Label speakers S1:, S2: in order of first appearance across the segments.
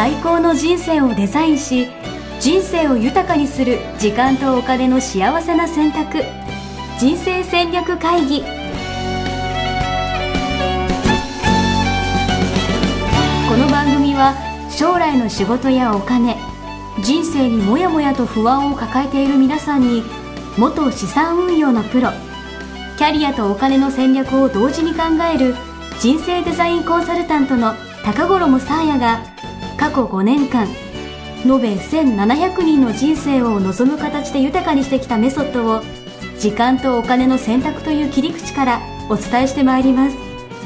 S1: 最高の人生をデザインし、人生を豊かにする時間とお金の幸せな選択、人生戦略会議。この番組は将来の仕事やお金、人生にもやもやと不安を抱えている皆さんに、元資産運用のプロ、キャリアとお金の戦略を同時に考える人生デザインコンサルタントの高頃もさあやが、過去5年間延べ1700人の人生を望む形で豊かにしてきたメソッドを、時間とお金の選択という切り口からお伝えしてまいります。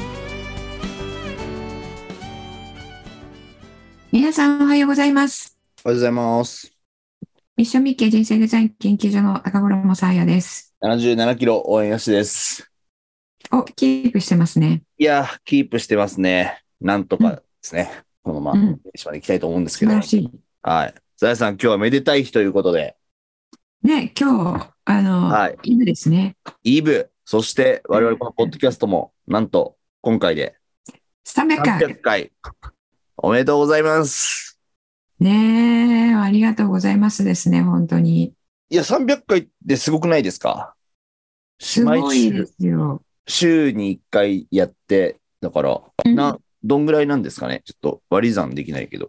S2: 皆さんおはようございます。
S3: おはようございます。
S2: ミッションミッケ人生デザイン研究所の高頃もさあやです。
S3: 77キロ応援よしです。
S2: キープしてますね。
S3: いや、キープしてますね。なんとかですね。このまま、一番行きたいと思うんですけど。
S2: 素晴らしい。
S3: はい。さやさん、今日はめでたい日ということで。
S2: ね、今日、イブですね。
S3: イブ。そして、我々このポッドキャストも、なんと、今回で
S2: 300回。
S3: 300回。おめでとうございます。
S2: ねえ、ありがとうございますですね、本当に。
S3: いや、300回ってすごくないですか？
S2: すごいですよ。
S3: 週に1回やって、だから、どんぐらいなんですかね？ちょっと割り算できないけど。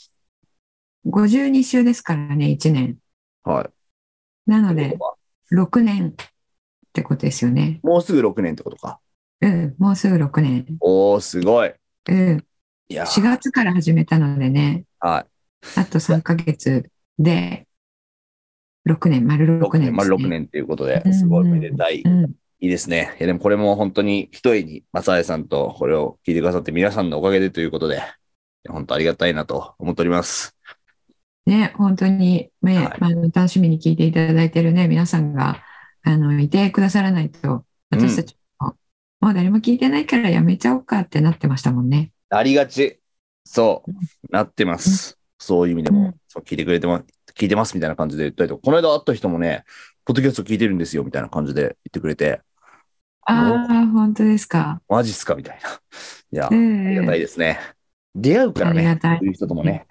S2: 52週ですからね、1年。
S3: はい。
S2: なので、6年ってことですよね。
S3: もうすぐ6年ってことか。
S2: もうすぐ6年。
S3: おー、すごい。
S2: いや、4月から始めたのでね。
S3: はい。
S2: あと3ヶ月で、6年、丸6年ですね。
S3: 丸6年っていうことで、すごいめでたい。いいですね。いや、でもこれも本当に一重に、正江さんとこれを聞いてくださって皆さんのおかげでということで、本当ありがたいなと思っております。
S2: ね、本当に、楽しみに聞いていただいているね、皆さんが、いてくださらないと、私たちも、もう誰も聞いてないからやめちゃおうかってなってましたもんね。
S3: ありがち。そう、なってます。そういう意味でも、聞いてくれて聞いてますみたいな感じで言ったりとか、この間会った人もね、ポッドキャスト聞いてるんですよみたいな感じで言ってくれて。
S2: 本当ですか。
S3: マジっすかみたいな。いや、ありがたいですね。出会うからね、そういう人ともね。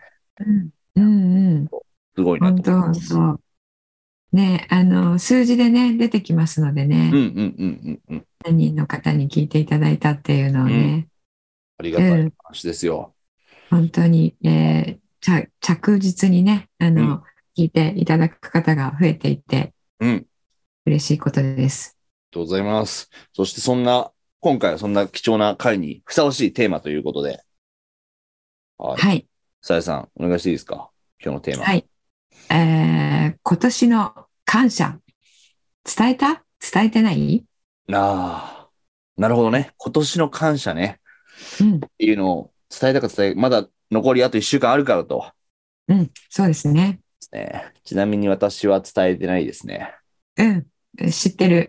S3: すごいなと思います。
S2: 本当。ね、数字でね、出てきますのでね。何人の方に聞いていただいたっていうのをね。
S3: ありがたい話ですよ。
S2: 本当に、着実にね、聞いていただく方が増えていて、嬉しいことです。
S3: ありがとうございます。そして今回はそんな貴重な回にふさわしいテーマということで。
S2: はい。
S3: さやさん、お願いしていいですか？今日のテーマ。
S2: はい。今年の感謝。伝えてない？
S3: なるほどね。今年の感謝ね。っていうのを伝えたかまだ残りあと1週間あるからと。
S2: そうですね。
S3: ちなみに私は伝えてないですね。
S2: 知ってる。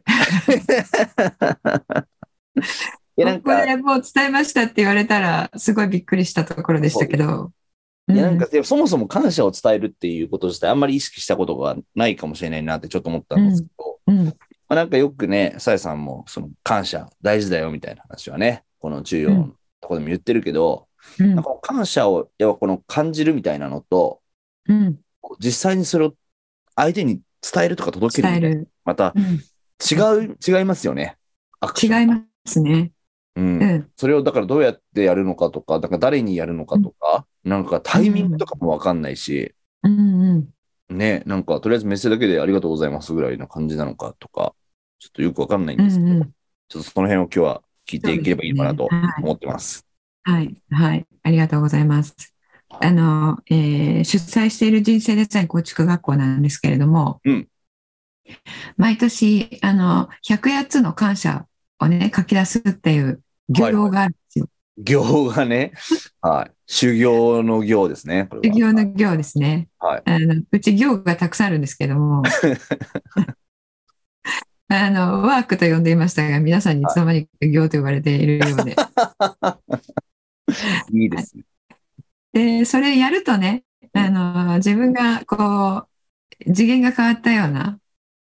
S2: ここでもう伝えましたって言われたらすごいびっくりしたところでしたけど。
S3: そもそも感謝を伝えるっていうこと自体あんまり意識したことがないかもしれないなってちょっと思ったんですけど、よくね、さやさんもその感謝大事だよみたいな話はね、この重要のところでも言ってるけど、感謝をやっぱこの感じるみたいなのと、実際にそれを相手に伝えるとか届けるまた違いますよね。
S2: 違いますね。
S3: それをだからどうやってやるのかとか、誰にやるのかとか、タイミングとかも分かんないし、ね、とりあえずメッセージだけでありがとうございますぐらいの感じなのかとか、ちょっとよく分かんないんですけど、ちょっとその辺を今日は聞いていければいいのかなと思ってます。
S2: はい、ありがとうございます。主催している人生デザイン構築学校なんですけれども、毎年108つの感謝をね書き出すっていう行があるんですよ。
S3: 行がね、修行の行ですね。
S2: 修行の行ですね。うち行がたくさんあるんですけどもワークと呼んでいましたが、皆さんにいつの間にか行と呼ばれているようで
S3: いいですね。
S2: でそれやるとね、自分がこう次元が変わったような、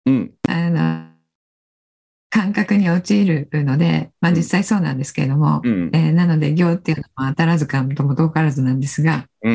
S2: 感覚に陥るので、実際そうなんですけれども、なので行っていうのは当たらずかとも遠からずなんですが、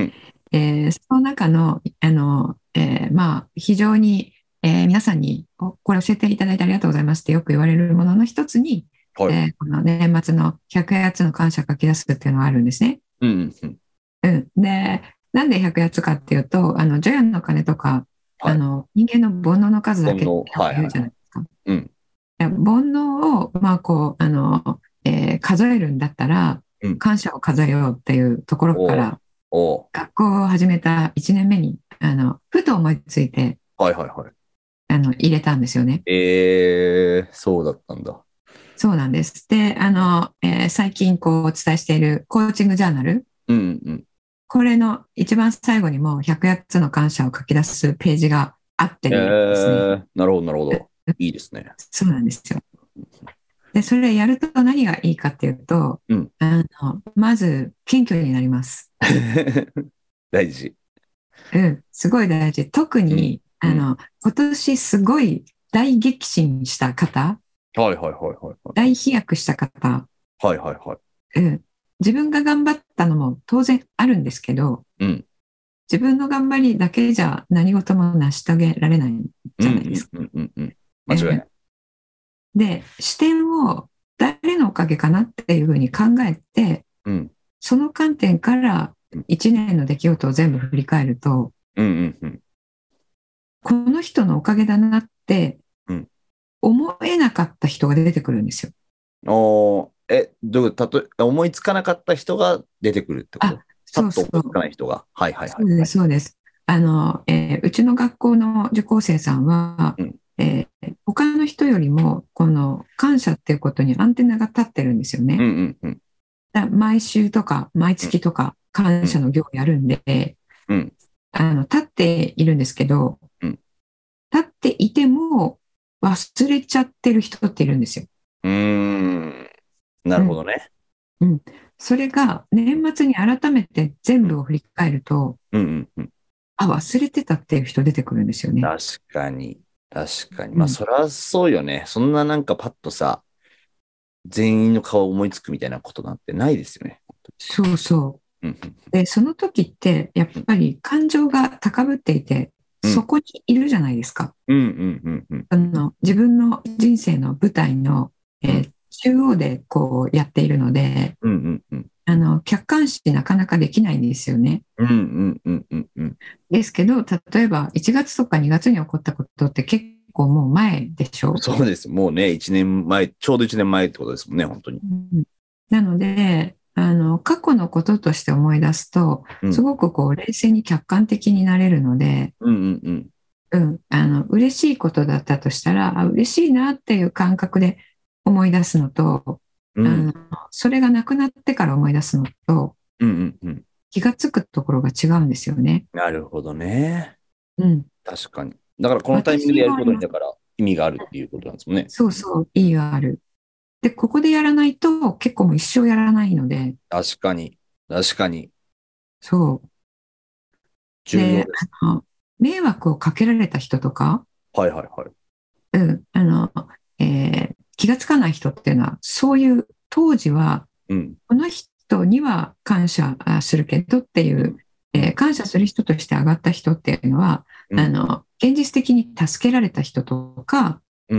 S2: その中の、非常に、皆さんにこれ教えていただいてありがとうございますってよく言われるものの一つに、
S3: はい。
S2: この年末の100やつの感謝書き出すっていうのがあるんですね。
S3: うんうん
S2: で、なんで100やつかっていうと、除夜の鐘とか、
S3: はい。
S2: 人間の煩悩の数だけって
S3: はいはい。
S2: 言うじゃないですか。
S3: うん。
S2: 煩悩を、数えるんだったら、
S3: うん。
S2: 感謝を数えようっていうところか
S3: おー
S2: ら、
S3: おー。
S2: 学校を始めた1年目に、ふと思いついて、
S3: はいはいはい。
S2: 入れたんですよね。
S3: そうだったんだ。
S2: そうなんです。で、最近お伝えしているコーチングジャーナル、
S3: うんうん。
S2: これの一番最後にも108つの感謝を書き出すページがあってですね。
S3: なるほどなるほど。いいですね。
S2: そうなんですよ。で、それやると何がいいかっていうと、
S3: うん。
S2: まず謙虚になります。
S3: 大事。
S2: すごい大事。特
S3: うん。
S2: に、
S3: うん。
S2: 今年すごい大激震した方、
S3: はいはいはいはいはい。
S2: 大飛躍した方、
S3: はいはいはい。
S2: うん、自分が頑張ったのも当然あるんですけど、
S3: うん。
S2: 自分の頑張りだけじゃ何事も成し遂げられない
S3: うんう
S2: じゃないですか。
S3: んうんうんうん。間違いな
S2: え
S3: い。
S2: で、視点を誰のおかげかなっていうふうに考えて、
S3: うん。
S2: その観点から
S3: うん
S2: 1年の出来事を全部振り返ると、
S3: うんうんうん。
S2: この人のおかげだなって
S3: うん。
S2: 思えなかった人が出てくるんですよ。
S3: どういうこと思いつかなかった人が出てくるってこ
S2: あ、
S3: と？パ
S2: そう
S3: ッと思いつか
S2: そう。
S3: ない人が。はいはいはいはい。
S2: そうです、そうです。うちの学校の受講生さんは、
S3: うん。
S2: 他の人よりも、この感謝っていうことにアンテナが立ってるんですよね。
S3: うんうんうん。
S2: 毎週とか毎
S3: うん
S2: 月とか感
S3: うん
S2: 謝の行をやるんで、
S3: うん
S2: 立っているんですけど、
S3: うん。
S2: 立っていても忘れちゃってる人っているんですよ。
S3: うーん。な
S2: うん。
S3: るほどね。
S2: うん。それが年末に改めて全部を振り返ると、
S3: うんうんうん。
S2: 忘れてたっていう人出てくるんですよね。
S3: 確かに。確かに。まあ、
S2: うん。
S3: そりゃそうよね。そんななんかパッとさ、全員の顔思いつくみたいなことなんてないですよね。
S2: そうそう。
S3: うん
S2: で、その時って、やっ
S3: うん
S2: ぱり感情が高ぶっていて、
S3: うん
S2: そこにいるじゃないですか。
S3: うんうんうんうん
S2: 自分の人生の舞台の、
S3: うん
S2: 中央でやっているので、
S3: うんうんうん
S2: 客観視なかなかできないんですよね。
S3: うんうんうんうんうん。
S2: ですけど、例えば1月とか2月に起こったことって結構もう前でしょ。
S3: そうです。もうね、1年前、ちょうど1年前ってことですもんね、本当に。
S2: うん、なので、過去のこととして思い出すと、す
S3: うん
S2: ごく冷静に客観的になれるので、
S3: うんうんうん
S2: 嬉しいことだったとしたら、嬉しいなっていう感覚で思い出すのと、
S3: うん
S2: それがなくなってから思い出すのと、
S3: うんうんうん。
S2: 気がつくところが違うんですよね。
S3: なるほどね。
S2: うん。
S3: 確かに。だからこのタイミングでやることに、
S2: 私は
S3: だから意味があるっていうことなんですもんね。
S2: そうそう、意義がある。で、ここでやらないと結構もう一生やらないので、
S3: 確かに。確かに。
S2: そう。で、
S3: 重要です。
S2: 迷惑をかけられた人とか、
S3: はいはいはい。
S2: うん、気がつかない人っていうのは、そういう当時は、
S3: うん。
S2: この人には感謝するけどっていう、
S3: うんうん。
S2: 感謝する人として上がった人っていうのは、
S3: うん。
S2: 現実的に助けられた人とか、
S3: うん。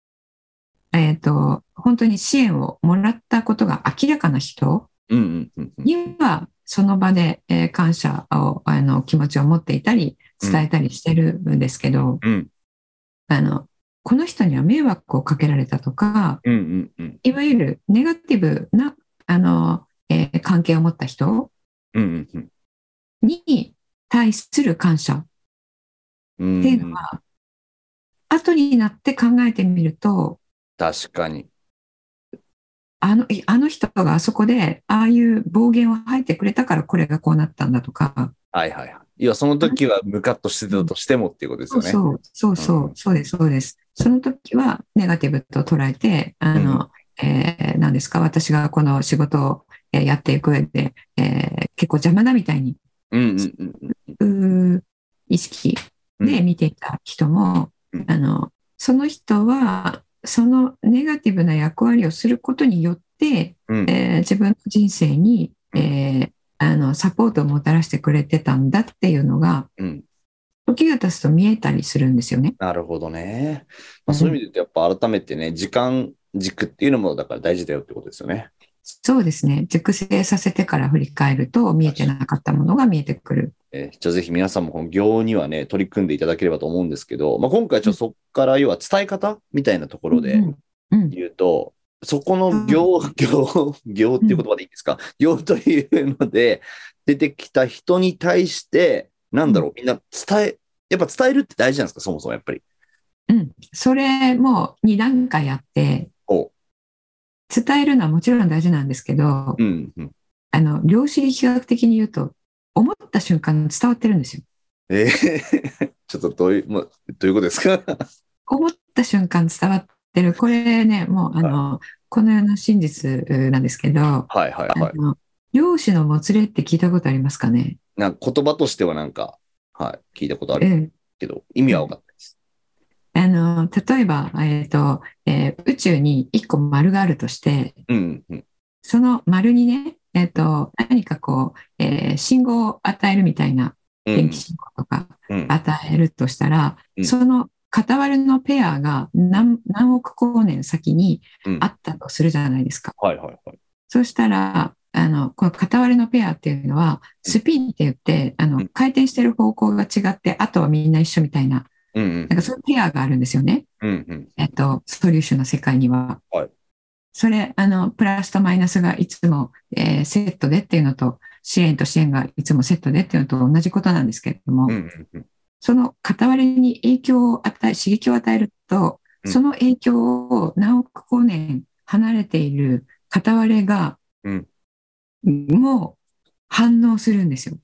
S2: 本当に支援をもらったことが明らかな人
S3: うん。うん。うん。
S2: には、その場で、感謝を、気持ちを持っていたり、
S3: うん。
S2: 伝えたりしてるんですけど、
S3: うん。
S2: あの、この人には迷惑をかけられたとか、
S3: うん。うん。
S2: いわゆるネガティブな、関係を持った人
S3: うん。うん。
S2: に対する感謝っ
S3: う
S2: ていうの
S3: ん。
S2: は、後になって考えてみると、
S3: 確かに。
S2: あの人があそこで、ああいう暴言を吐いてくれたからこれがこうなったんだとか、
S3: はいはいはい。いや、その
S2: あの
S3: 時はムカッとしてたとしてもっていうことですよね。
S2: そうそう、そう
S3: うん。
S2: そう、そうです、そうです。その時はネガティブと捉えて、
S3: うん。
S2: 何ですか、私がこの仕事をやっていく上で、結構邪魔だみたいに、
S3: うん。うん。うん。
S2: 意識
S3: うん。
S2: で見ていた人も、
S3: うん。
S2: その人は、そのネガティブな役割をすることによって、
S3: うん。
S2: 自分の人生に、 サポートをもたらしてくれてたんだっていうのが、時が経つと見えたりするんですよね。
S3: なるほどね。そういう意味で言うと、やっぱ改めてね、時間軸っていうのもだから大事だよってことですよね。
S2: そうですね。熟成させてから振り返ると、見えてなかったものが見えてくる。
S3: じゃあぜひ皆さんもこの行にはね、取り組んでいただければと思うんですけど、今回そこから要は伝え方みたいなところで言うと、そこの行っていう言葉でいいですか、行というので出てきた人に対して、なんだろう、みんなやっぱ伝えるって大事なんですか、そもそもやっぱり。
S2: それも2段階あって、伝えるのはもちろん大事なんですけど、量子力学的に言うと、思った瞬間伝わってるんですよ。
S3: ちょっとどういうことですか？
S2: 思った瞬間伝わってる。これね、もうこの世の真実なんですけど、量子のもつれって聞いたことありますかね？
S3: 言葉としては聞いたことあるけど、意味は分かんないです。
S2: 例えば、宇宙に1個丸があるとして、その丸にね、何か信号を与えるみたいな、電気信号とか与えるとしたら、その片割れのペアが何億光年先にあったとするじゃないですか。そうしたら、この片割れのペアっていうのは、スピンって言って、回転してる方向が違って、あとはみんな一緒みたいな、なんかそういうペアがあるんですよね。ソリューションの世界には。それ、プラスとマイナスがいつも、セットでっていうのと、支援と支援がいつもセットでっていうのと同じことなんですけれども、その片割れに刺激を与えると、その影響を何億光年離れている片割れが、もう反応するんですよ。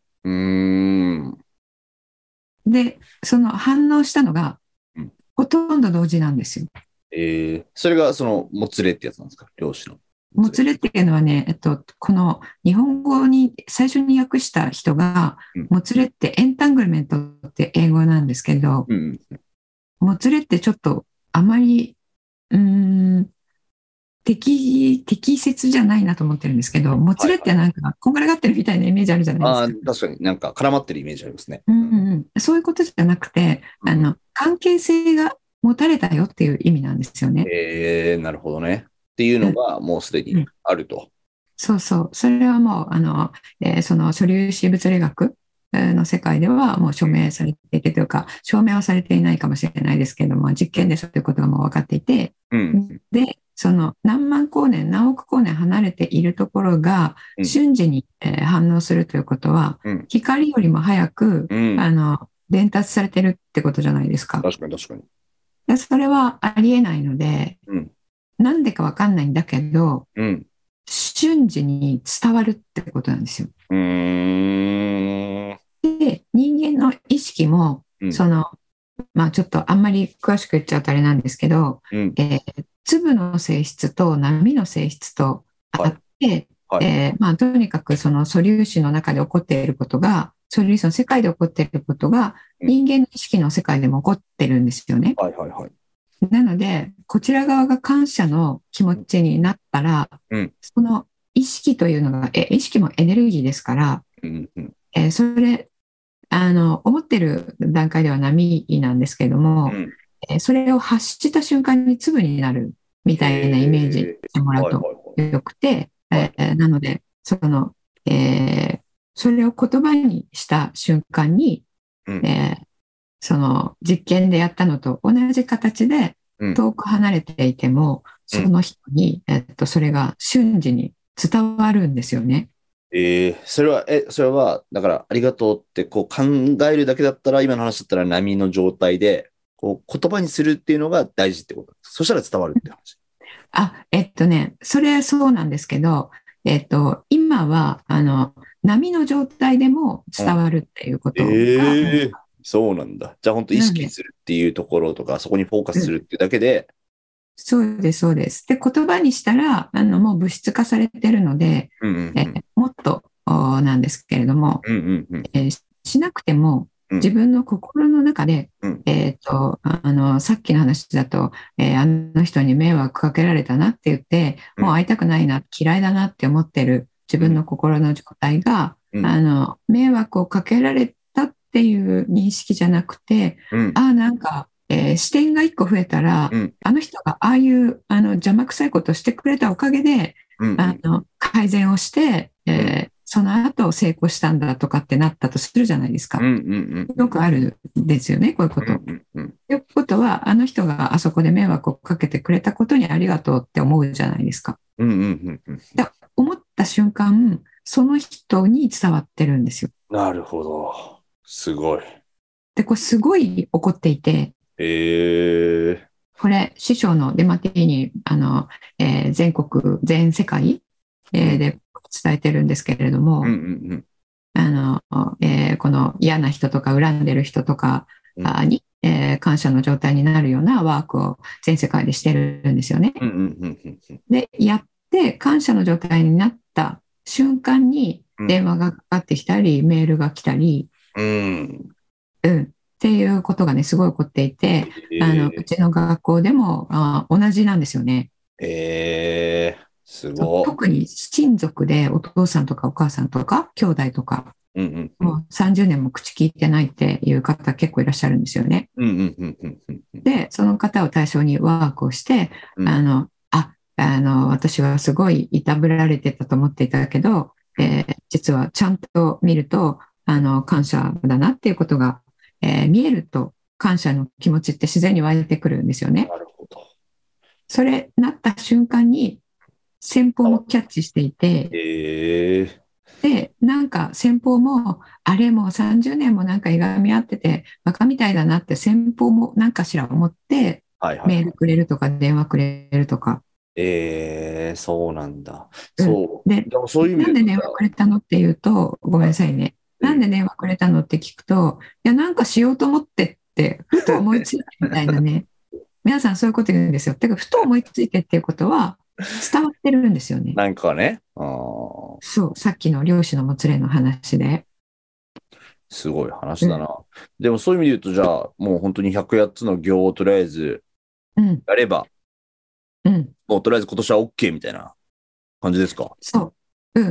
S2: で、その反応したのが、ほとんど同時なんですよ。
S3: それがそのもつれってやつなんですか、量子の。
S2: もつれっていうのはね、この日本語に最初に訳した人が、もつれってエンタングルメントって英語なんですけど、もつれってちょっとあまり、適切じゃないなと思ってるんですけど、もつれってなんかこんがらがってるみたいなイメージあるじゃないですか。
S3: 確かになんか絡まってるイメージありますね。
S2: そういうことじゃなくて、関係性が持たれたよっていう意味なんですよね。
S3: なるほどね。っていうのがもうすでにあると。
S2: そうそう。それはもう、その素粒子物理学の世界ではもう証明されていてというか、証明はされていないかもしれないですけれども、実験でそういうことがもう分かっていて、で、その何万光年、何億光年離れているところが瞬時に反応するということは、光よりも早く伝達されてるってことじゃないですか。
S3: 確かに確かに。
S2: でそれはありえないので、なんでか分かんないんだけど、瞬時に伝わるってことなんですよ。で、人間の意識も、ちょっとあんまり詳しく言っちゃうとあれなんですけど、粒の性質と波の性質とあって、とにかくその素粒子の中で起こっていることが、素粒子の世界で起こっていることが、人間の意識の世界でも起こってるんですよね。なので、こちら側が感謝の気持ちになったら、その意識というのが、意識もエネルギーですから、それ、思ってる段階では波なんですけれども、それを発した瞬間に粒になるみたいなイメージしてもらうとよくて、なので、それを言葉にした瞬間に、その実験でやったのと同じ形で遠く離れていても、その人に、それが瞬時に伝わるんですよね。
S3: それは、だから、ありがとうって考えるだけだったら、今の話だったら波の状態で、言葉にするっていうのが大事ってことです。そしたら伝わるって話。
S2: それはそうなんですけど、今は、波の状態でも伝わるっていうことが、
S3: そうなんだ。じゃあ本当意識するっていうところとか、そこにフォーカスするっていうだけで。
S2: そうです、そうです。で、言葉にしたら、もう物質化されてるので、もっとなんですけれども、しなくても、自分の心の中で、さっきの話だと、あの人に迷惑かけられたなって言って、もう会いたくないな、嫌いだなって思ってる自分の心の状態が、 迷惑をかけられたっていう認識じゃなくて、なんか、視点が1個増えたら、あの人がああいう邪魔くさいことをしてくれたおかげで、改善をして、その後成功したんだとかってなったとするじゃないですか。よくあるんですよね、こういうこと。ということは、あの人があそこで迷惑をかけてくれたことにありがとうって思うじゃないですか。思った瞬間、その人に伝わってるんですよ。
S3: なるほど。すごい。
S2: で、これすごい怒っていて、これ、師匠のデマティーニ、全国、全世界、で伝えてるんですけれども、この嫌な人とか恨んでる人とかに、感謝の状態になるようなワークを全世界でしてるんですよね。で、やって感謝の状態になった瞬間に電話がかかってきたり、メールが来たり、っていうことがね、すごい起こっていて、うちの学校でも同じなんですよね。
S3: すごい。
S2: 特に親族でお父さんとかお母さんとか兄弟とか、もう30年も口聞いてないっていう方結構いらっしゃるんですよね。で、その方を対象にワークをして、私はすごいいたぶられてたと思っていたけど、実はちゃんと見ると感謝だなっていうことが見えると感謝の気持ちって自然に湧いてくるんですよね。
S3: なるほど。
S2: それなった瞬間に先方もキャッチしていて、でなんか先方もあれもう30年もなんかいがみ合っててバカみたいだなって先方もなんかしら思って、メールくれるとか電話くれるとか。
S3: そうなんだ。
S2: でなんで電話くれたのって言うと、ごめんなさいね。なんで電話くれたのって聞くと、いや、なんかしようと思ってって、ふと思いついてみたいなね。皆さんそういうこと言うんですよ。てか、ふと思いついてっていうことは伝わってるんですよね。
S3: なんかね。
S2: そう、さっきの漁師のもつれの話で。
S3: すごい話だな。でもそういう意味で言うと、じゃあ、もう本当に108つの行をとりあえずやれば、もうとりあえず今年は OK みたいな感じですか？
S2: そう。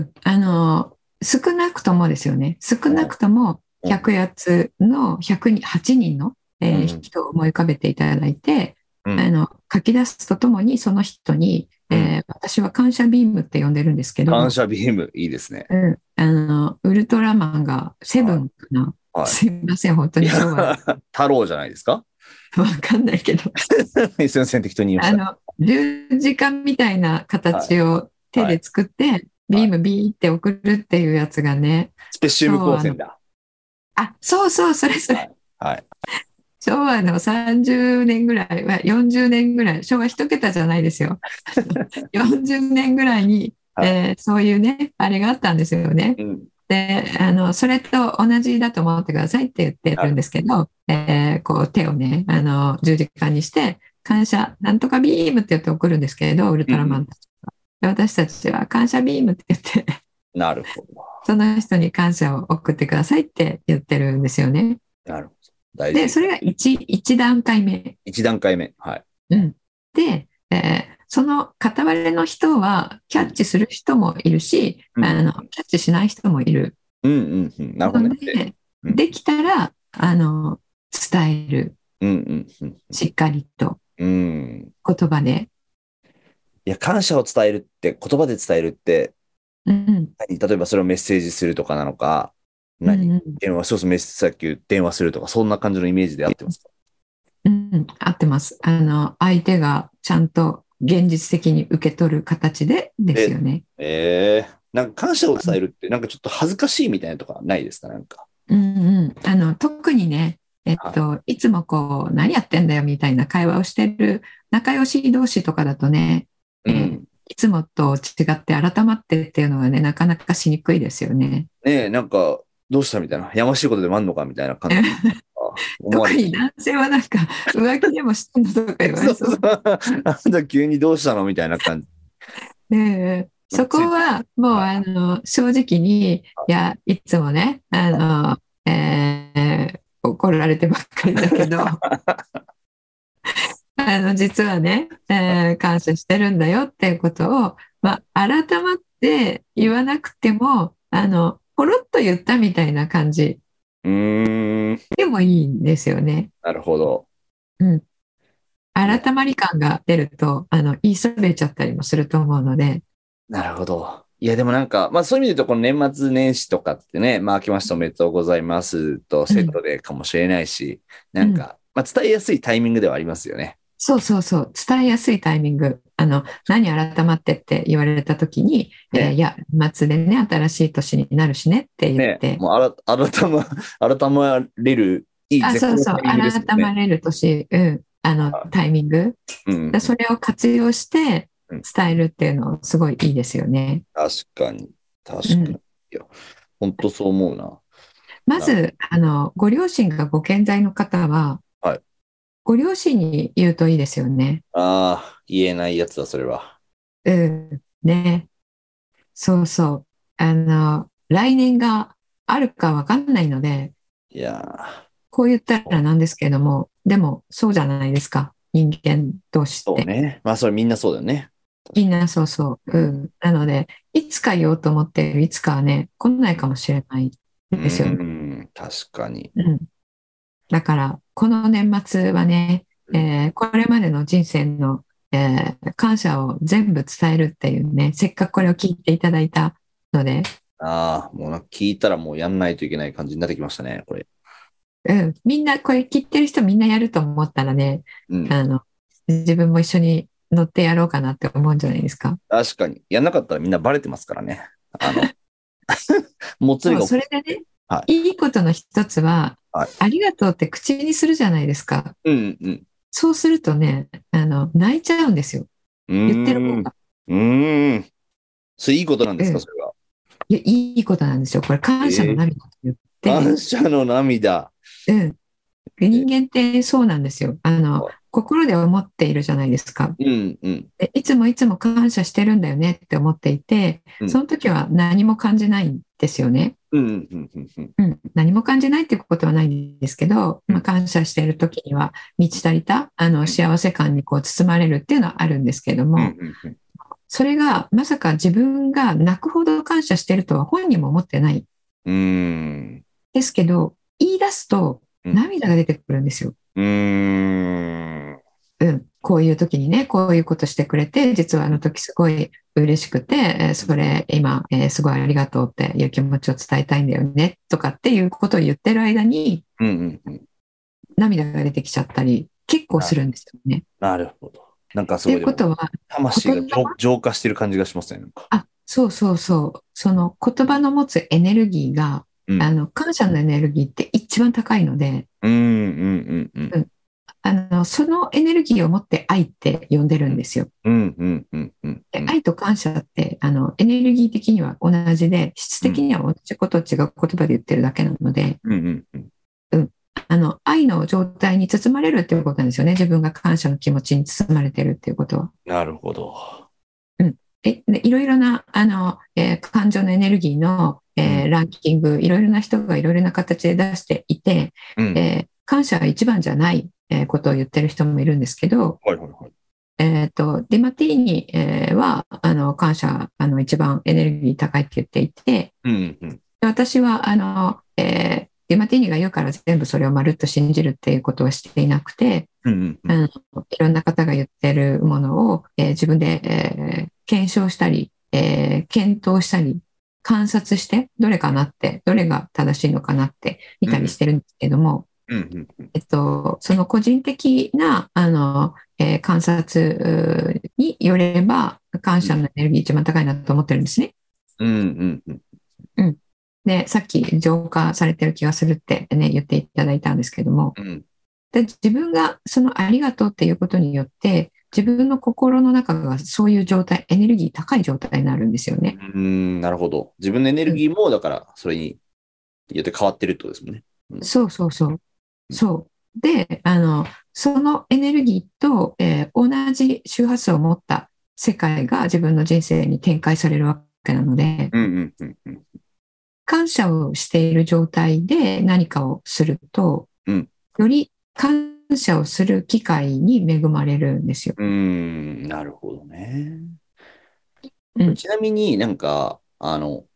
S2: 少なくともですよね。少なくとも108つの108人の、人を思い浮かべていただいて、書き出すとともにその人に、私は感謝ビームって呼んでるんですけど。
S3: 感謝ビーム、いいですね。
S2: ウルトラマンがセブンかな。すいません、本当に昭和。
S3: 太郎じゃないですか？
S2: わかんないけど。
S3: すいません、適当に言いました。
S2: 十字架みたいな形を手で作って、ビームビーって送るっていうやつがね。
S3: スペシウム光線だ。
S2: そう、それ。昭和の30年ぐらいは、40年ぐらい、昭和一桁じゃないですよ。40年ぐらいに、そういうね、あれがあったんですよね。で、それと同じだと思ってくださいって言ってるんですけど、こう手をね、十字架にして、感謝、なんとかビームって言って送るんですけど、ウルトラマンたちは。私たちは感謝ビームって言って、
S3: なるほど。
S2: その人に感謝を送ってくださいって言ってるんですよね。
S3: なるほど。大事。
S2: で、それが1段階目。
S3: 1段階目。はい。
S2: で、その片割れの人はキャッチする人もいるし、キャッチしない人もいる。
S3: なるほどね。
S2: できたら伝える。しっかりと。言葉で。
S3: いや、感謝を伝えるって、言葉で伝えるって、例えばそれをメッセージするとかなのか、電話、そうそう、さっき電話するとか、そんな感じのイメージで合ってますか？
S2: 合ってます。相手がちゃんと現実的に受け取る形でですよね。
S3: なんか感謝を伝えるって、なんかちょっと恥ずかしいみたいなとかないですか？なんか。
S2: 特にね、いつもこう、何やってんだよみたいな会話をしてる仲良し同士とかだとね、いつもと違って改まってっていうのはね、なかなかしにくいですよね。
S3: なんか、どうしたみたいな、やましいことでもあんのかみたいな感じ。
S2: 特に男性はなんか、浮気でもしてんのとか言われそう。
S3: あんた急にどうしたのみたいな感じ。
S2: そこはもう正直に、いや、いつもね、怒られてばっかりだけど、実はね、感謝してるんだよっていうことを、改まって言わなくても、 ポロッと言ったみたいな感じでもいいんですよね。
S3: なるほど。
S2: うん。改まり感が出ると、言いそびれちゃったりもすると思うので。
S3: なるほど。いや、でもなんか、まあそういう意味で言うと、この年末年始とかってね、まあ明けましておめでとうございますとセットでかもしれないし、なんか、まあ伝えやすいタイミングではありますよね。
S2: そうそうそう、伝えやすいタイミング。何改まってって言われたときに、いや、末でね、新しい年になるしねって言って。
S3: ね、もう改まれる、いい
S2: そうそう、改まれる年、タイミング。それを活用して伝えるっていうのはすごいいいですよね。
S3: 確かに。いや、本当そう思うな。
S2: まず、ご両親がご健在の方は、
S3: はい、
S2: ご両親に言うといいですよね。
S3: ああ、言えないやつだ、それは。
S2: ね。そうそう。来年があるかわかんないので、
S3: いや
S2: こう言ったらなんですけども、でもそうじゃないですか。人間同士って。
S3: そうね。まあ、それみんなそうだよね。
S2: みんなそうそう。なので、いつか言おうと思ってる、いつかはね、来ないかもしれないですよね。
S3: 確かに。
S2: だから、この年末はね、これまでの人生の、感謝を全部伝えるっていうね、せっかくこれを聞いていただいたので。
S3: ああ、もうなんか聞いたらもうやんないといけない感じになってきましたね、これ。
S2: みんな、これ聞いてる人みんなやると思ったらね、自分も一緒に乗ってやろうかなって思うんじゃないですか。
S3: 確かに。やんなかったらみんなバレてますからね。もつれが。
S2: それでね、いいことの一つは、ありがとうって口にするじゃないですか。そうするとね、泣いちゃうんですよ。言ってる方が。
S3: それいいことなんですか、それは。
S2: いや、いいことなんですよ。これ、感謝の涙と言って。
S3: 感謝の涙。
S2: 人間ってそうなんですよ。心で思っているじゃないですか。いつもいつも感謝してるんだよねって思っていて、その時は何も感じないんですよね。何も感じないっていうことはないんですけど、感謝している時には満ち足りた幸せ感にこう包まれるっていうのはあるんですけども、それがまさか自分が泣くほど感謝してるとは本人も思ってない。ですけど、言い出すと涙が出てくるんですよ。こういう時にね、こういうことしてくれて、実はあの時すごい嬉しくて、それ今、すごいありがとうっていう気持ちを伝えたいんだよね、とかっていうことを言ってる間に、涙が出てきちゃったり、結構するんですよね。
S3: なるほど。なんかそういうことは、魂が浄化してる感じがしますね。
S2: そうそうそう。その言葉の持つエネルギーが、感謝のエネルギーって一番高いので、そのエネルギーを持って愛って呼んでるんですよ。愛と感謝ってエネルギー的には同じで、質的には同じことを違う言葉で言ってるだけなので、愛の状態に包まれるっていうことなんですよね。自分が感謝の気持ちに包まれてるっていうことは。
S3: なるほど。
S2: いろいろな感情のエネルギーの、ランキング、いろいろな人がいろいろな形で出していて、感謝は一番じゃないことを言ってる人もいるんですけど、ディマティーニは感謝一番エネルギー高いって言っていて、私はディマティーニが言うから全部それをまるっと信じるっていうことはしていなくて、いろんな方が言ってるものを、自分で、検証したり、検討したり、観察して、どれかなって、どれが正しいのかなって見たりしてるんですけども、その個人的な観察によれば、感謝のエネルギー一番高いなと思ってるんですね。で、さっき浄化されてる気がするってね、言っていただいたんですけども、で自分がそのありがとうっていうことによって、自分の心の中がそういう状態、エネルギー高い状態になるんですよね。
S3: なるほど。自分のエネルギーも、だから、それによって変わってるってことですもんね。
S2: そうそうそう。そう。で、そのエネルギーと、同じ周波数を持った世界が自分の人生に展開されるわけなので、感謝をしている状態で何かをすると、より感謝をする機会に恵まれるんですよ。
S3: なるほどね。ちなみになんか、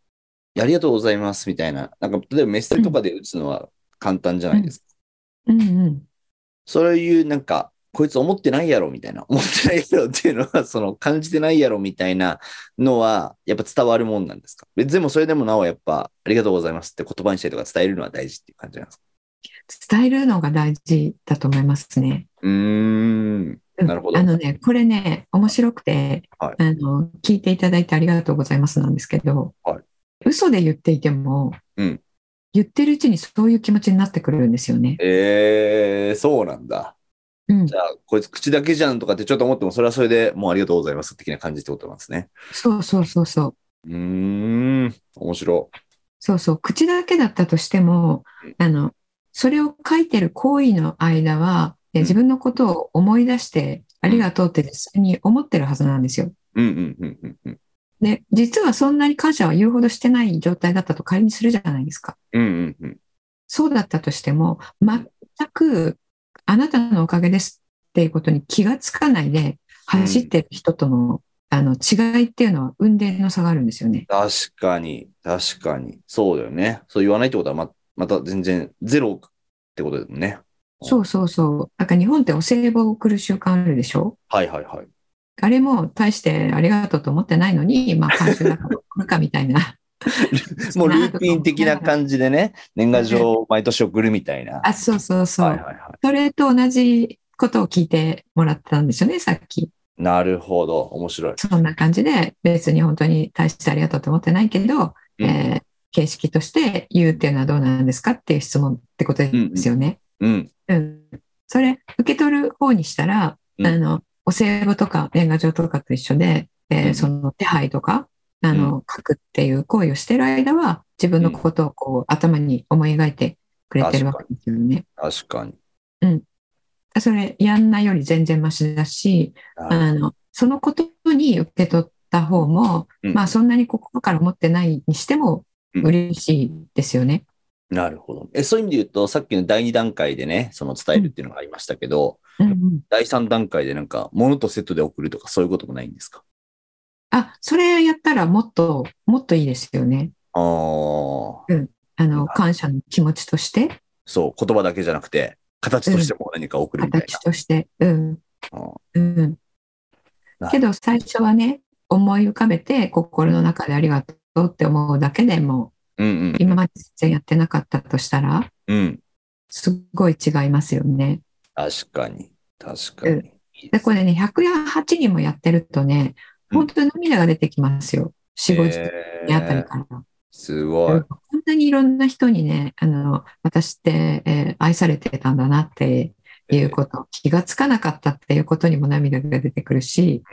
S3: ありがとうございますみたいな、なんか例えばメッセージとかで打つのは簡単じゃないですか。
S2: うんうん。
S3: そういうなんか、こいつ思ってないやろみたいな、思ってないやろっていうのは、その感じてないやろみたいなのは、やっぱ伝わるもんなんですか？でもそれでもなおやっぱ、ありがとうございますって言葉にしたりとか伝えるのは大事っていう感じなんですか？
S2: 伝えるのが大事だと思いますね。
S3: なるほど。
S2: これね、面白くて、
S3: はい。
S2: 聞いていただいてありがとうございますなんですけど、
S3: はい。
S2: 嘘で言っていても、言ってるうちにそういう気持ちになってくるんですよね。
S3: そうなんだ。
S2: うん。
S3: じゃあ、こいつ口だけじゃんとかってちょっと思っても、それはそれでもうありがとうございます的な感じってことなんですね。
S2: そうそうそうそう。
S3: 面白
S2: そうそう。口だけだったとしても、それを書いてる行為の間は、自分のことを思い出して、ありがとうって実際に思ってるはずなんですよ。で、実はそんなに感謝は言うほどしてない状態だったと仮にするじゃないですか。そうだったとしても、全くあなたのおかげですっていうことに気がつかないで走ってる人との、違いっていうのは雲泥の差があるんですよね。
S3: 確かに。そうだよね。そう言わないってことはまた全然ゼロってことですね。
S2: そうそうそう。なんか日本ってお歳暮を送る習慣あるでしょ？
S3: はいはいはい。
S2: あれも大してありがとうと思ってないのに、まあ慣習だから送るかみたいな。
S3: もうルーティン的な感じでね、年賀状を毎年送るみたいな。
S2: あ、そうそうそう。それと同じことを聞いてもらったんですよね、さっき。
S3: なるほど。面白い。
S2: そんな感じで、別に本当に大してありがとうと思ってないけど、形式として言うっていうのはどうなんですかっていう質問ってことですよね。それ、受け取る方にしたら、お歳暮とか年賀状とかと一緒で、その手配とか、書くっていう行為をしてる間は、自分のことをこう頭に思い描いてくれてるわけですよね。
S3: 確かに。
S2: それやんないより全然マシだし、そのことに受け取った方も、まあそんなに心から思ってないにしても嬉しいですよね。
S3: なるほど。そういう意味で言うと、さっきの第2段階でね、その伝えるっていうのがありましたけど、第3段階でなんか、物とセットで送るとかそういうこともないんですか？
S2: それやったらもっといいですよね。感謝の気持ちとして。
S3: そう、言葉だけじゃなくて、形としても何か送るみたいな。
S2: 形として。けど最初はね、思い浮かべて心の中でありがとうって思うだけでも、今まで全然やってなかったとしたら、すっごい違いますよね。
S3: 確かに。
S2: で、これね、108人もやってるとね、本当に涙が出てきますよ。4、50人あたりから。
S3: すごい。
S2: こんなにいろんな人にね、私って、愛されてたんだなっていうこと、気がつかなかったっていうことにも涙が出てくるし、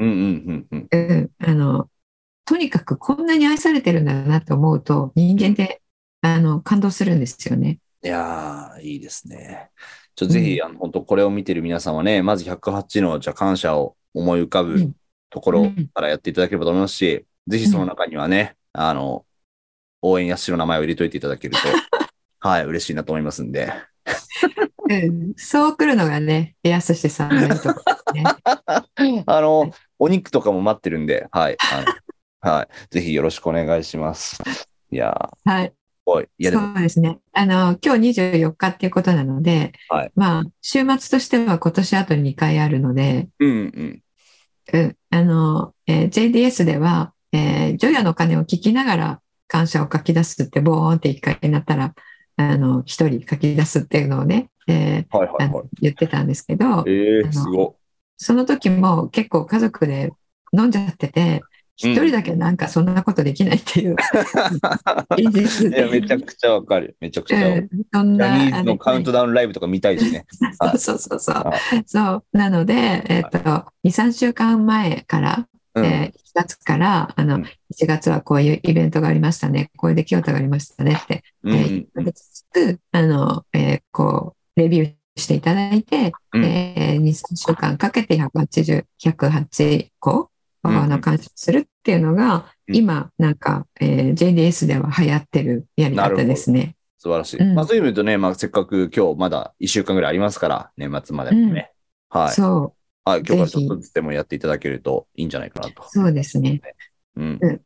S2: とにかくこんなに愛されてるんだなって思うと、人間で感動するんですよね。
S3: いやー、いいですね。ぜひ、本当これを見てる皆さんはね、まず108のじゃ感謝を思い浮かぶところからやっていただければと思いますし、ぜひその中にはね、応援やすしの名前を入れといていただけると、はい、嬉しいなと思いますんで。
S2: そう来るのがね、やすしさんのいいとこですね。
S3: お肉とかも待ってるんで、はい。ぜひよろしくお願いします。いや
S2: はい。そうですね。今日24日っていうことなので、まあ、週末としては今年あと2回あるので、JDS では、除夜の鐘を聞きながら感謝を書き出すってボーンって1回になったら、1人書き出すっていうのをね、言ってたんですけど、その時も結構家族で飲んじゃってて、一人だけなんかそんなことできないっていう
S3: いやめちゃくちゃわかる。めちゃくちゃわかる。ジャニーズのカウントダウンライブとか見たいしね。
S2: そうなので、2、3週間前から、1月から1月はこういうイベントがありましたね、こういう出来事がありましたねって、1ヶ月ずつこうレビューしていただいて、2、3週間かけて108個感謝するっていうのが、今なんか、JDS では流行ってるやり方ですね。
S3: 素晴らしい。そういう意味で言うとね、せっかく今日まだ1週間ぐらいありますから、年末までもね。はい。今日からちょっとずつでもやっていただけるといいんじゃないかなと。
S2: そうですね。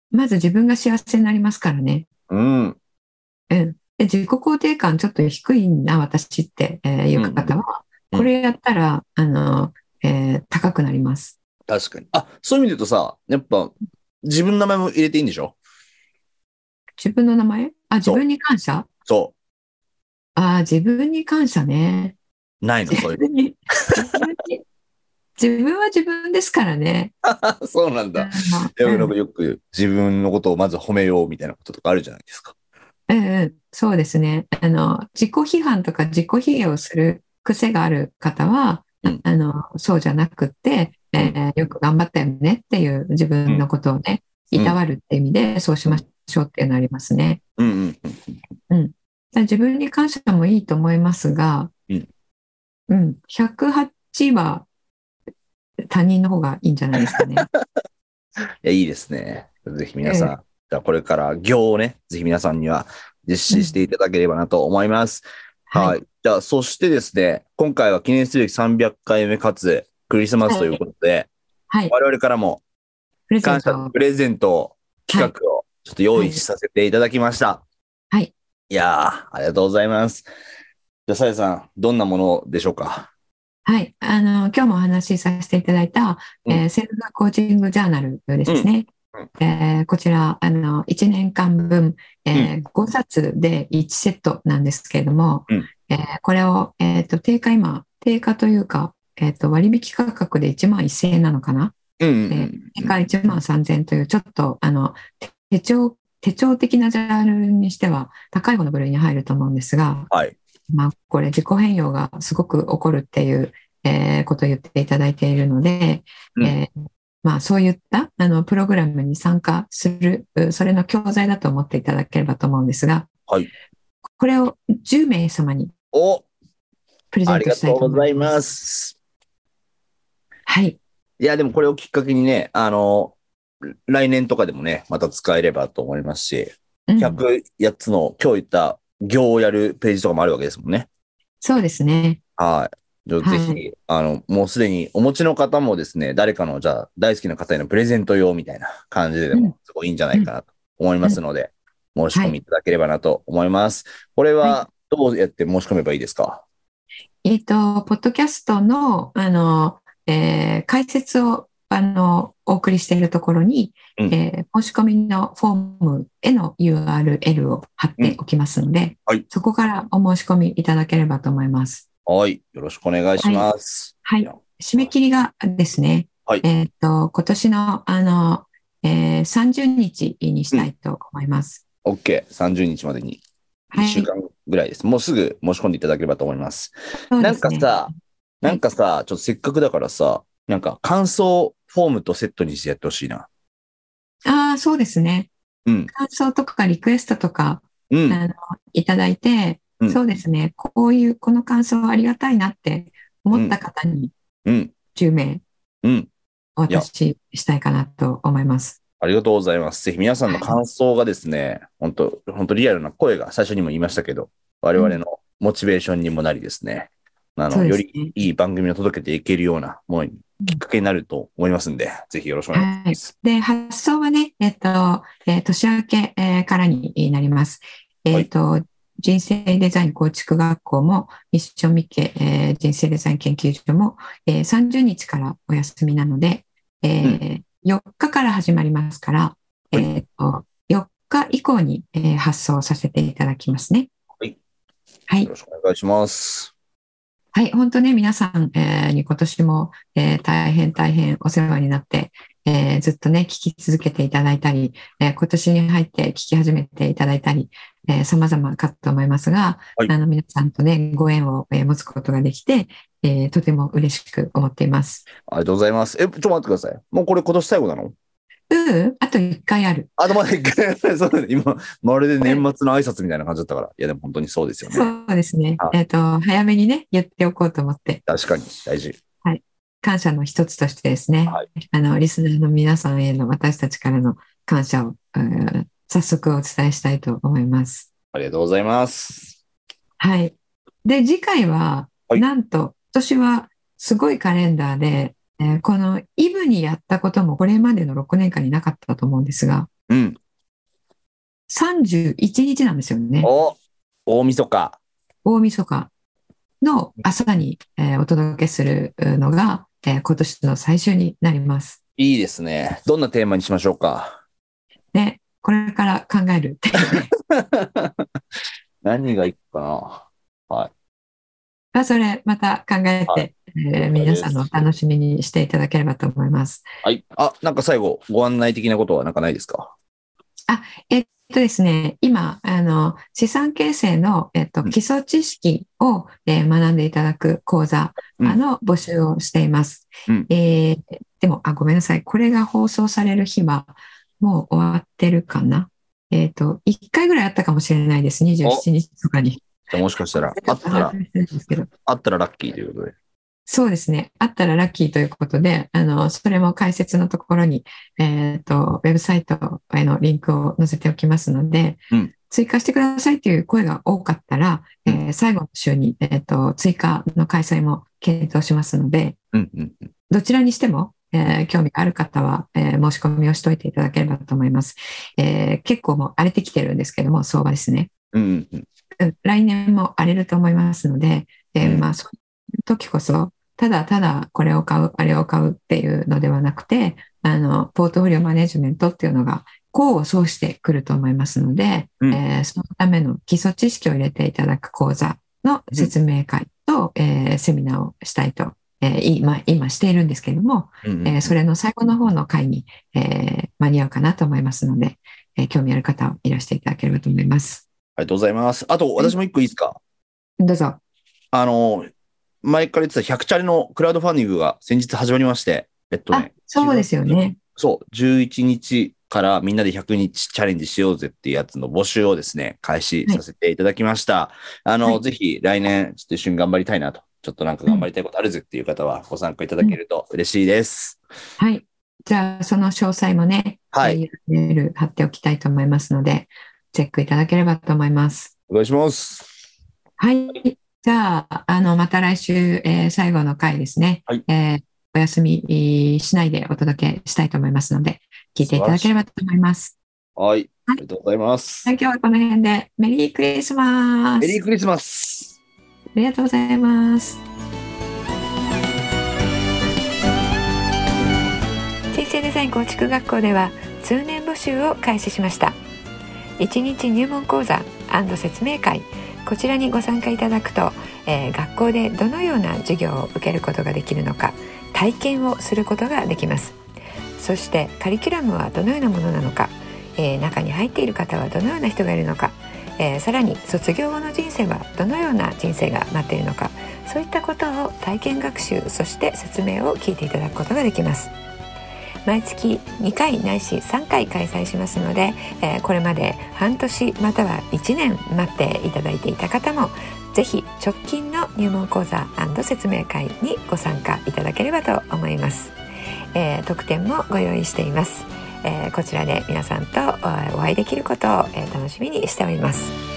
S2: まず自分が幸せになりますからね。
S3: うん。
S2: で自己肯定感ちょっと低いな、私って、いう方は、これやったら、高くなります。
S3: 確かに。そういう意味で言うとさ、やっぱ、自分の名前も入れていいんでしょ？
S2: 自分の名前？自分に感謝？
S3: そう。
S2: 自分に感謝ね。
S3: ないの、そういうの。
S2: 自分は自分ですからね。
S3: そうなんだ。なんかよく自分のことをまず褒めようみたいなこととかあるじゃないですか。
S2: そうですね。自己批判とか自己卑下をする癖がある方は、そうじゃなくって、よく頑張ったよねっていう自分のことをね、いたわるっていう意味で、そうしましょうっていうのありますね。自分に感謝もいいと思いますが、108は他人の方がいいんじゃないですかね。
S3: いや、いいですね。ぜひ皆さん、じゃあこれから行をね、ぜひ皆さんには実施していただければなと思います。はい。じゃあ、そしてですね、今回は記念すべき300回目かつクリスマスということで、我々からも感謝のプレゼント企画をちょっと用意させていただきました。
S2: はい。
S3: いやー、ありがとうございます。じゃあ、さやさん、どんなものでしょうか？
S2: はい。今日もお話しさせていただいた、セルフコーチングジャーナルですね。こちら、1年間分、5冊で1セットなんですけれども、これを、定価というか、割引価格で1万1000円なのかな。定価1万3000円という、ちょっと、手帳的なジャンルにしては高い方の部類に入ると思うんですが、これ自己変容がすごく起こるっていう、ことを言っていただいているので、そういったプログラムに参加する、それの教材だと思っていただければと思うんですが、これを10名様にプレゼントしたいと思います。はい。
S3: いや、でもこれをきっかけにね、来年とかでもね、また使えればと思いますし、108つの今日言った行をやるページとかもあるわけですもんね。
S2: そうですね。
S3: はい。ぜひ、もうすでにお持ちの方もですね、誰かの、じゃあ、大好きな方へのプレゼント用みたいな感じでも、すごいいいんじゃないかなと思いますので、申し込みいただければなと思います。これは、どうやって申し込めばいいですか？
S2: ポッドキャストの、解説を、お送りしているところに、申し込みのフォームへの URL を貼っておきますので、そこからお申し込みいただければと思います。
S3: はい。よろしくお願いします。
S2: はい。締め切りがですね、今年の、30日にしたいと思います。
S3: OK。30日までに1週間ぐらいです。もうすぐ申し込んでいただければと思います。なんかさ、ちょっとせっかくだからさ、なんか感想フォームとセットにしてやってほしいな。
S2: そうですね。感想とかリクエストとか、いただいて、そうですね。この感想はありがたいなって思った方に、10名、お渡ししたいかなと思います。
S3: ありがとうございます。ぜひ皆さんの感想がですね、本当リアルな声が最初にも言いましたけど、我々のモチベーションにもなりですね、よりいい番組を届けていけるようなものにきっかけになると思いますんで、ぜひよろしくお願いします。
S2: で、発送はね、年明けからになります。人生デザイン構築学校もミッションミッケ、人生デザイン研究所も、30日からお休みなので、4日から始まりますから、4日以降に、発送させていただきますね。
S3: はい。よろしくお願いします。
S2: はい、本当ね、皆さん、に今年も、大変お世話になって、ずっとね、聞き続けていただいたり、今年に入って聞き始めていただいたり、様々かと思いますが、皆さんとね、ご縁を、持つことができて、とても嬉しく思っています。
S3: ありがとうございます。ちょっと待ってください。もうこれ今年最後なの？
S2: あと1回ある。
S3: あとまだ1回そうだね。今、まるで年末の挨拶みたいな感じだったから。いや、でも本当にそうですよね。
S2: そうですね。早めにね、言っておこうと思って。
S3: 確かに、大事。
S2: はい。感謝の一つとしてですね、リスナーの皆さんへの私たちからの感謝を、早速お伝えしたいと思います。
S3: ありがとうございます。
S2: はい。で、次回は、なんと、今年はすごいカレンダーで、このイブにやったこともこれまでの6年間になかったと思うんですが、
S3: うん。
S2: 31日なんですよね。
S3: 大晦日。
S2: 大晦日の朝に、お届けするのが、今年の最終になります。
S3: いいですね。どんなテーマにしましょうか。
S2: ね、これから考えるっていうね。
S3: 何がいいかな。はい。
S2: それまた考えて、皆さんのお楽しみにしていただければと思います。
S3: はい。なんか最後、ご案内的なことはなんかないですか？
S2: ですね、今、資産形成の、基礎知識を、学んでいただく講座の募集をしています。でも、ごめんなさい。これが放送される日は、もう終わってるかな。1回ぐらいあったかもしれないです。27日とかに。
S3: じゃもしかしたら、あったらラッキーということで。
S2: そうですね。あったらラッキーということで、それも解説のところに、ウェブサイトへのリンクを載せておきますので、追加してくださいという声が多かったら、最後の週に、追加の開催も検討しますので、どちらにしても、興味がある方は、申し込みをしておいていただければと思います。結構もう荒れてきてるんですけども、相場ですね。来年も荒れると思いますので、そういう時こそ、ただただこれを買う、あれを買うっていうのではなくて、ポートフォリオマネジメントっていうのが功を奏してくると思いますので、そのための基礎知識を入れていただく講座の説明会と、セミナーをしたいと、今しているんですけれども、それの最後の方の会に、間に合うかなと思いますので、興味ある方はいらしていただければと思います。
S3: ありがとうございます。あと、私も一個いいですか？
S2: どうぞ。
S3: 前から言ってた100チャレのクラウドファンディングが先日始まりまして、
S2: そうですよね。
S3: そう、11日からみんなで100日チャレンジしようぜっていうやつの募集をですね、開始させていただきました。ぜひ来年ちょっと一緒に頑張りたいなと、ちょっとなんか頑張りたいことあるぜっていう方はご参加いただけると嬉しいです。
S2: はい。じゃあ、その詳細もね、
S3: はい。
S2: メール貼っておきたいと思いますので、チェックいただければと思います。
S3: お願いします。
S2: はい。じゃあ、また来週、最後の回ですね。
S3: はい。
S2: お休みしないでお届けしたいと思いますので、聞いていただければと思います。
S3: はい。ありがとうございます。
S2: 今日はこの辺で、メリークリスマス。
S3: メリークリスマス。
S2: ありがとうございます。
S4: 人生デザイン構築学校では通年募集を開始しました。1日入門講座&説明会、こちらにご参加いただくと、学校でどのような授業を受けることができるのか、体験をすることができます。そしてカリキュラムはどのようなものなのか、中に入っている方はどのような人がいるのか、さらに卒業後の人生はどのような人生が待っているのか、そういったことを体験学習、そして説明を聞いていただくことができます。毎月2回ないし3回開催しますので、これまで半年または1年待っていただいていた方も、ぜひ直近の入門講座&説明会にご参加いただければと思います。特典もご用意しています。こちらで皆さんとお会いできることを楽しみにしております。